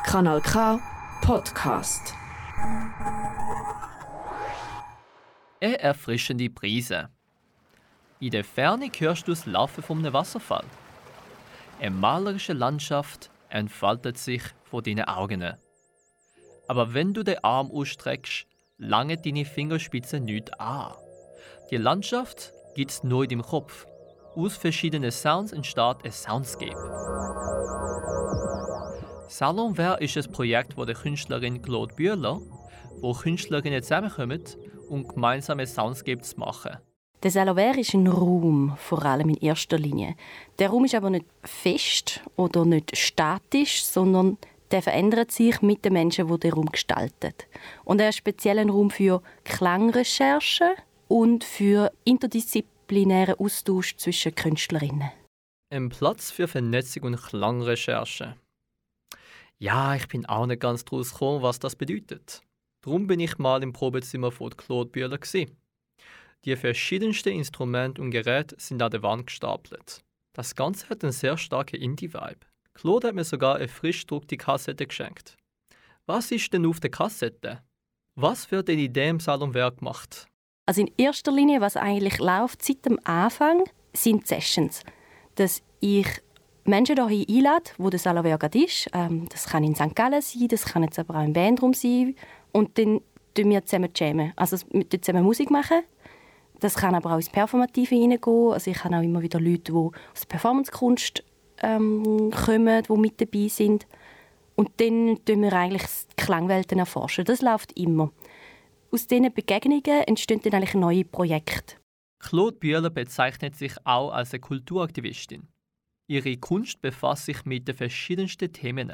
Kanal K Podcast. Eine erfrischende Brise. In der Ferne hörst du das Laufen von einem Wasserfall. Eine malerische Landschaft entfaltet sich vor deinen Augen. Aber wenn du den Arm ausstreckst, langen deine Fingerspitzen nicht an. Die Landschaft gibt es nur in deinem Kopf. Aus verschiedenen Sounds entsteht ein Soundscape. Salon Vert ist ein Projekt von der Künstlerin Claude Bühler, wo Künstlerinnen zusammenkommen, um gemeinsam ein Soundscape zu machen. Der Salon Vert ist ein Raum, vor allem in erster Linie. Der Raum ist aber nicht fest oder nicht statisch, sondern der verändert sich mit den Menschen, die den Raum gestalten. Und er ist speziell ein Raum für Klangrecherche und für interdisziplinären Austausch zwischen Künstlerinnen. Ein Platz für Vernetzung und Klangrecherche. Ja, ich bin auch nicht ganz draus gekommen, was das bedeutet. Darum bin ich mal im Probezimmer von Claude Bühler. Die verschiedensten Instrumente und Geräte sind an der Wand gestapelt. Das Ganze hat einen sehr starken Indie-Vibe. Claude hat mir sogar eine frisch gedruckte Kassette geschenkt. Was ist denn auf der Kassette? Was wird in dem Salon Vert gemacht? Also in erster Linie, was eigentlich läuft seit dem Anfang, sind Sessions. Dass ich Menschen hierhin einlade, wo der Salon Vert gerade ist. Das kann in St. Gallen sein, das kann jetzt aber auch im Bandraum sein. Und dann jammen wir zusammen. Also wir machen zusammen Musik. Das kann aber auch ins Performative hineingehen. Also ich habe auch immer wieder Leute, die aus der Performancekunst kommen, die mit dabei sind. Und dann erforschen wir eigentlich die Klangwelten erforschen. Das läuft immer. Aus diesen Begegnungen entstehen dann eigentlich neue Projekte. Claude Bühler bezeichnet sich auch als eine Kulturaktivistin. Ihre Kunst befasst sich mit den verschiedensten Themen.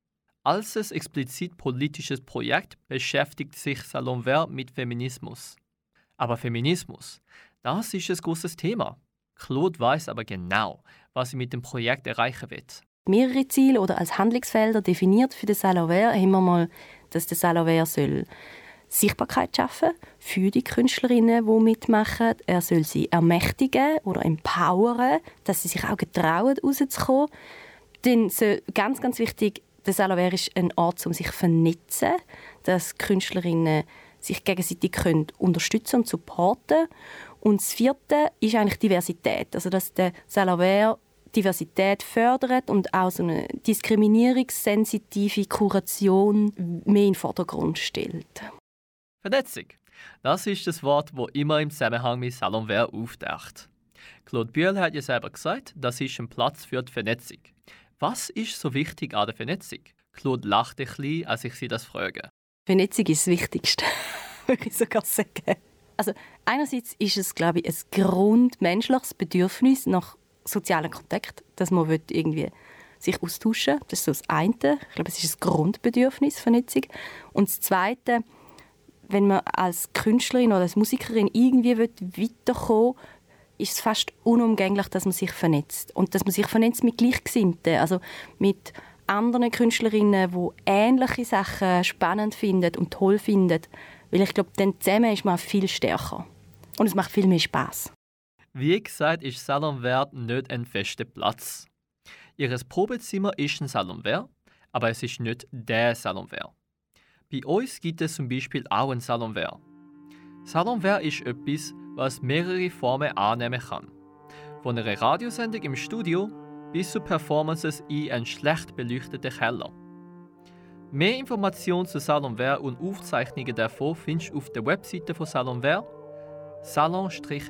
Als ein explizit politisches Projekt beschäftigt sich Salon Vert mit Feminismus. Aber Feminismus, das ist ein großes Thema. Claude weiß aber genau, was sie mit dem Projekt erreichen will. Mehrere Ziele oder als Handlungsfelder definiert für den Salon Vert haben wir mal, dass der Salon Vert soll Sichtbarkeit schaffen für die Künstlerinnen, die mitmachen. Er soll sie ermächtigen oder empowern, dass sie sich auch getrauen, rauszukommen. Dann soll, ganz, ganz wichtig, der Salon Vert ist ein Ort, um sich zu vernetzen, dass Künstlerinnen sich gegenseitig unterstützen und supporten. Und das Vierte ist eigentlich Diversität. Also, dass der Salon Vert Diversität fördert und auch so eine diskriminierungssensitive Kuration mehr in den Vordergrund stellt. Vernetzung. Das ist das Wort, das immer im Zusammenhang mit Salon Vert auftaucht. Claude Bühler hat ja selber gesagt, das ist ein Platz für die Vernetzung. Was ist so wichtig an der Vernetzung? Claude lacht ein bisschen, als ich sie das frage. Vernetzung ist das Wichtigste, würde ich sogar sagen. Also einerseits ist es, glaube ich, ein grundmenschliches Bedürfnis nach sozialen Kontakt, dass man irgendwie sich austauschen will. Das ist so das eine. Ich glaube, es ist ein Grundbedürfnis, Vernetzung. Und das Zweite, wenn man als Künstlerin oder als Musikerin irgendwie weiterkommen will, ist es fast unumgänglich, dass man sich vernetzt. Und dass man sich vernetzt mit Gleichgesinnten, also mit anderen Künstlerinnen, die ähnliche Sachen spannend finden und toll finden. Weil ich glaube, dann zusammen ist man viel stärker. Und es macht viel mehr Spass. Wie gesagt, ist Salon Vert nicht ein fester Platz. Ihr Probezimmer ist ein Salon Vert, aber es ist nicht der Salon Vert. Bei uns gibt es zum Beispiel auch ein Salon Vert. Salon Vert ist etwas, was mehrere Formen annehmen kann. Von einer Radiosendung im Studio bis zu Performances in einen schlecht beleuchteten Keller. Mehr Informationen zu Salon Vert und Aufzeichnungen davon findest du auf der Webseite von Salon Vert, salon-vert.ch.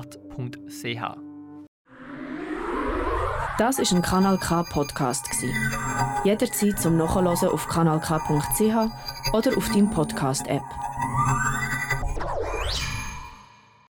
Das ist ein Kanal K Podcast gsi. Jederzeit zum Nachhören auf kanalk.ch oder auf deinem Podcast App.